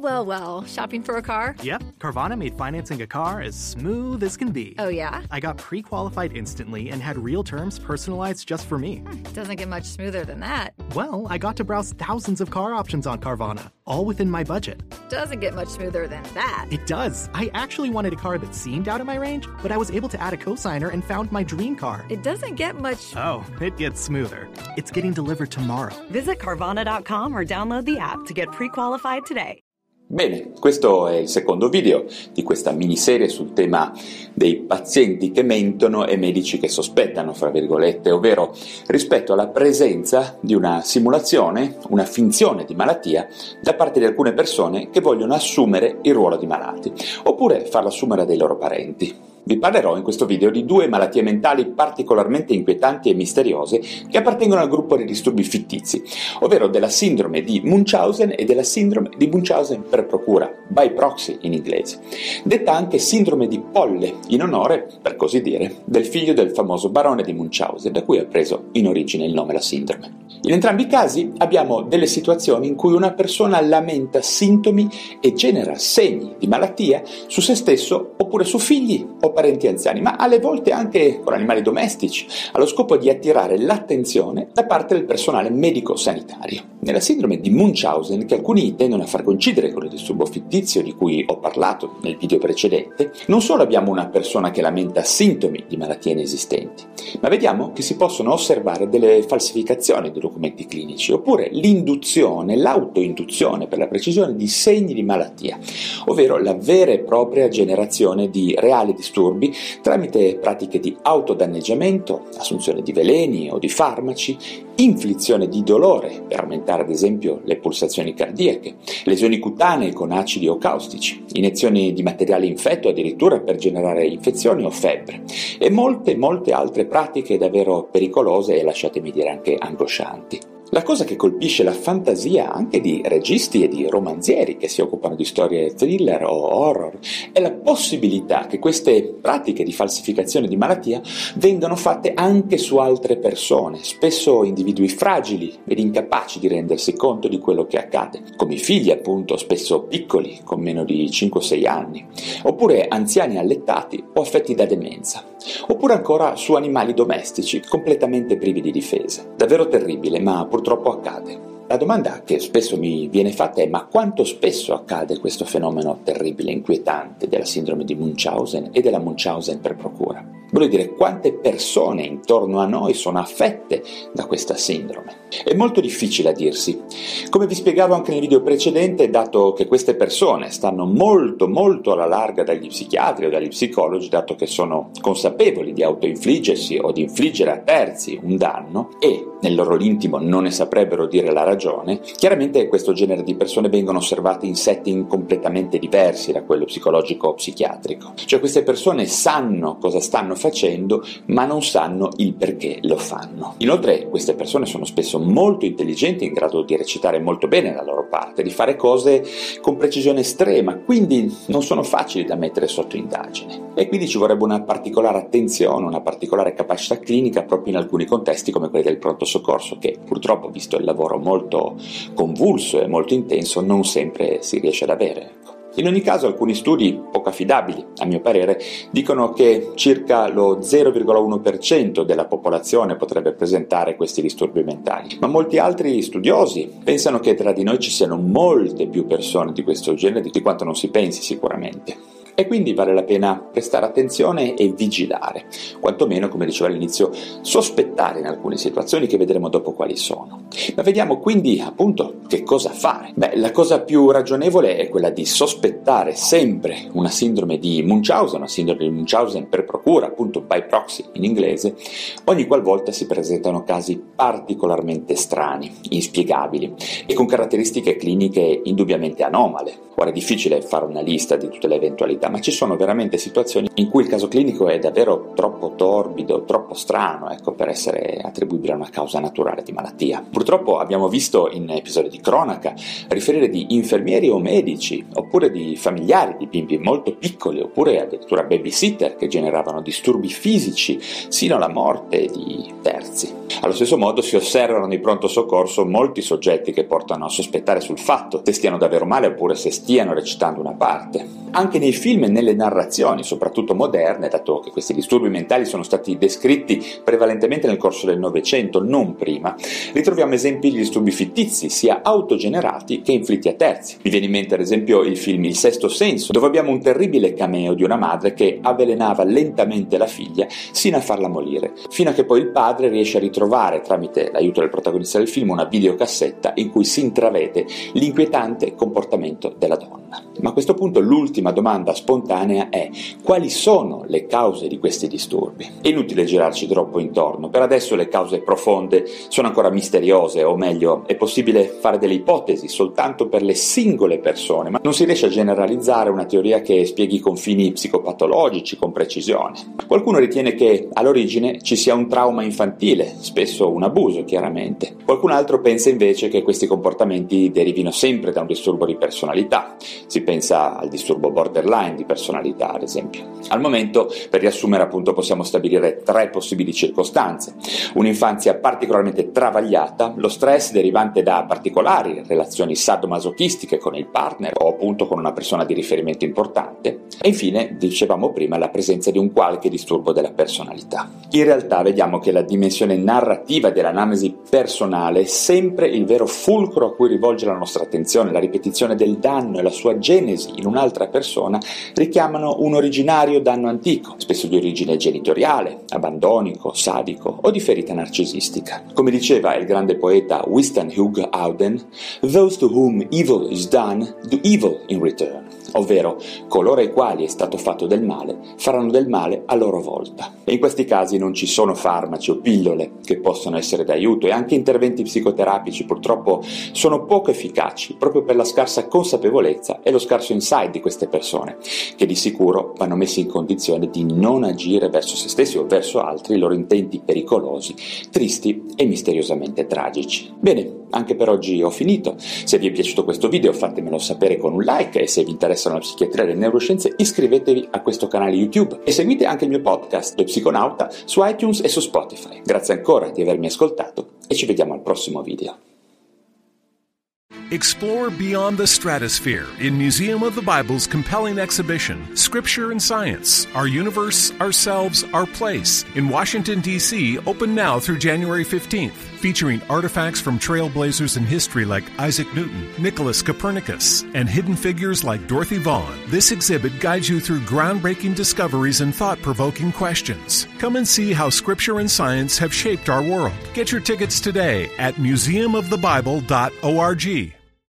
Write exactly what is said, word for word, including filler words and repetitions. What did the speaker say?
well, well. Shopping for a car? Yep, Carvana made financing a car as smooth as can be. Oh, yeah? I got pre-qualified instantly and had real terms personalized just for me. Hmm, doesn't get much smoother than that. Well, I got to browse thousands of car options on Carvana, all within my budget. Doesn't get much smoother than that. It does. I actually wanted a car that seemed out of my range, but I was able to add a cosigner and found my dream car. It doesn't get much... Oh, it gets smoother. It's getting delivered tomorrow. Visit Carvana dot com or download the app to get pre-qualified today. Bene, questo è il secondo video di questa miniserie sul tema dei pazienti che mentono e medici che sospettano, fra virgolette, ovvero rispetto alla presenza di una simulazione, una finzione di malattia da parte di alcune persone che vogliono assumere il ruolo di malati, oppure farlo assumere a dei loro parenti. Vi parlerò in questo video di due malattie mentali particolarmente inquietanti e misteriose che appartengono al gruppo dei disturbi fittizi, ovvero della sindrome di Munchausen e della sindrome di Munchausen per procura, by proxy in inglese, detta anche sindrome di Polle, in onore, per così dire, del figlio del famoso barone di Munchausen, da cui ha preso in origine il nome la sindrome. In entrambi i casi abbiamo delle situazioni in cui una persona lamenta sintomi e genera segni di malattia su se stesso oppure su figli o parenti anziani, ma alle volte anche con animali domestici, allo scopo di attirare l'attenzione da parte del personale medico-sanitario. Nella sindrome di Munchausen, che alcuni tendono a far coincidere con il disturbo fittizio di cui ho parlato nel video precedente, non solo abbiamo una persona che lamenta sintomi di malattie inesistenti, ma vediamo che si possono osservare delle falsificazioni dei documenti clinici, oppure l'induzione, l'autoinduzione per la precisione di segni di malattia, ovvero la vera e propria generazione di reali disturbi tramite pratiche di autodanneggiamento, assunzione di veleni o di farmaci, inflizione di dolore per aumentare ad esempio le pulsazioni cardiache, lesioni cutanee con acidi o caustici, iniezioni di materiale infetto addirittura per generare infezioni o febbre e molte molte altre pratiche davvero pericolose e, lasciatemi dire, anche angoscianti. La cosa che colpisce la fantasia anche di registi e di romanzieri che si occupano di storie thriller o horror è la possibilità che queste pratiche di falsificazione di malattia vengano fatte anche su altre persone, spesso individui fragili ed incapaci di rendersi conto di quello che accade, come i figli appunto, spesso piccoli, con meno di cinque o sei anni, oppure anziani allettati o affetti da demenza, oppure ancora su animali domestici completamente privi di difese. Davvero terribile, ma purtroppo accade. La domanda che spesso mi viene fatta è: ma quanto spesso accade questo fenomeno terribile e inquietante della sindrome di Munchausen e della Munchausen per procura? Voglio dire, quante persone intorno a noi sono affette da questa sindrome? È molto difficile a dirsi. Come vi spiegavo anche nel video precedente, dato che queste persone stanno molto molto alla larga dagli psichiatri o dagli psicologi, dato che sono consapevoli di autoinfliggersi o di infliggere a terzi un danno e nel loro intimo non ne saprebbero dire la ragione, chiaramente questo genere di persone vengono osservate in setting completamente diversi da quello psicologico o psichiatrico. Cioè queste persone sanno cosa stanno facendo, ma non sanno il perché lo fanno. Inoltre queste persone sono spesso molto intelligenti, in grado di recitare molto bene la loro parte, di fare cose con precisione estrema, quindi non sono facili da mettere sotto indagine. E quindi ci vorrebbe una particolare attenzione, una particolare capacità clinica proprio in alcuni contesti come quelli del pronto soccorso, che purtroppo, visto il lavoro molto convulso e molto intenso, non sempre si riesce ad avere. In ogni caso, alcuni studi poco affidabili, a mio parere, dicono che circa lo zero virgola uno per cento della popolazione potrebbe presentare questi disturbi mentali, ma molti altri studiosi pensano che tra di noi ci siano molte più persone di questo genere di quanto non si pensi sicuramente. E quindi vale la pena prestare attenzione e vigilare, quantomeno, come dicevo all'inizio, sospettare in alcune situazioni che vedremo dopo quali sono. Ma vediamo quindi appunto che cosa fare. Beh, la cosa più ragionevole è quella di sospettare sempre una sindrome di Munchausen, una sindrome di Munchausen per procura, appunto by proxy in inglese, ogni qualvolta si presentano casi particolarmente strani, inspiegabili e con caratteristiche cliniche indubbiamente anomale. Ora è difficile fare una lista di tutte le eventualità, ma ci sono veramente situazioni in cui il caso clinico è davvero troppo torbido, troppo strano, ecco, per essere attribuibile a una causa naturale di malattia. Purtroppo Purtroppo abbiamo visto in episodi di cronaca riferire di infermieri o medici, oppure di familiari di bimbi molto piccoli, oppure addirittura babysitter che generavano disturbi fisici sino alla morte di terzi. Allo stesso modo si osservano nei pronto soccorso molti soggetti che portano a sospettare sul fatto se stiano davvero male oppure se stiano recitando una parte. Anche nei film e nelle narrazioni, soprattutto moderne, dato che questi disturbi mentali sono stati descritti prevalentemente nel corso del Novecento, non prima, ritroviamo esempi di disturbi fittizi, sia autogenerati che inflitti a terzi. Mi viene in mente ad esempio il film Il Sesto Senso, dove abbiamo un terribile cameo di una madre che avvelenava lentamente la figlia sino a farla morire, fino a che poi il padre riesce a ritrovare, tramite l'aiuto del protagonista del film, una videocassetta in cui si intravede l'inquietante comportamento della donna. Ma a questo punto l'ultima domanda spontanea è: quali sono le cause di questi disturbi? È inutile girarci troppo intorno, per adesso le cause profonde sono ancora misteriose, o meglio, è possibile fare delle ipotesi soltanto per le singole persone, ma non si riesce a generalizzare una teoria che spieghi i confini psicopatologici con precisione. Qualcuno ritiene che all'origine ci sia un trauma infantile, spesso un abuso chiaramente. Qualcun altro pensa invece che questi comportamenti derivino sempre da un disturbo di personalità. Si pensa al disturbo borderline di personalità, ad esempio. Al momento, per riassumere appunto, possiamo stabilire tre possibili circostanze: un'infanzia particolarmente travagliata, lo stress derivante da particolari relazioni sadomasochistiche con il partner o appunto con una persona di riferimento importante, e infine, dicevamo prima, la presenza di un qualche disturbo della personalità. In realtà vediamo che la dimensione narrativa dell'anamnesi personale è sempre il vero fulcro a cui rivolge la nostra attenzione. La ripetizione del danno e la sua genesi in un'altra persona richiamano un originario danno antico, spesso di origine genitoriale, abbandonico, sadico o di ferita narcisistica. Come diceva il grande poeta Winston Hugh Auden, "Those to whom evil is done do evil in return", ovvero coloro ai quali è stato fatto del male faranno del male a loro volta. E in questi casi non ci sono farmaci o pillole che possono essere d'aiuto, e anche interventi psicoterapici purtroppo sono poco efficaci proprio per la scarsa consapevolezza e lo scarso insight di queste persone, che di sicuro vanno messi in condizione di non agire verso se stessi o verso altri i loro intenti pericolosi, tristi e misteriosamente tragici. Bene, anche per oggi ho finito. Se vi è piaciuto questo video fatemelo sapere con un like, e se vi interessano la psichiatria e le neuroscienze iscrivetevi a questo canale YouTube e seguite anche il mio podcast, Lo Psiconauta, su iTunes e su Spotify. Grazie ancora di avermi ascoltato e ci vediamo al prossimo video. Explore beyond the stratosphere in Museum of the Bible's compelling exhibition, Scripture and Science, Our Universe, Ourselves, Our Place, in Washington, D C, open now through January fifteenth, featuring artifacts from trailblazers in history like Isaac Newton, Nicholas Copernicus, and hidden figures like Dorothy Vaughan. This exhibit guides you through groundbreaking discoveries and thought-provoking questions. Come and see how Scripture and Science have shaped our world. Get your tickets today at museum of the bible dot org.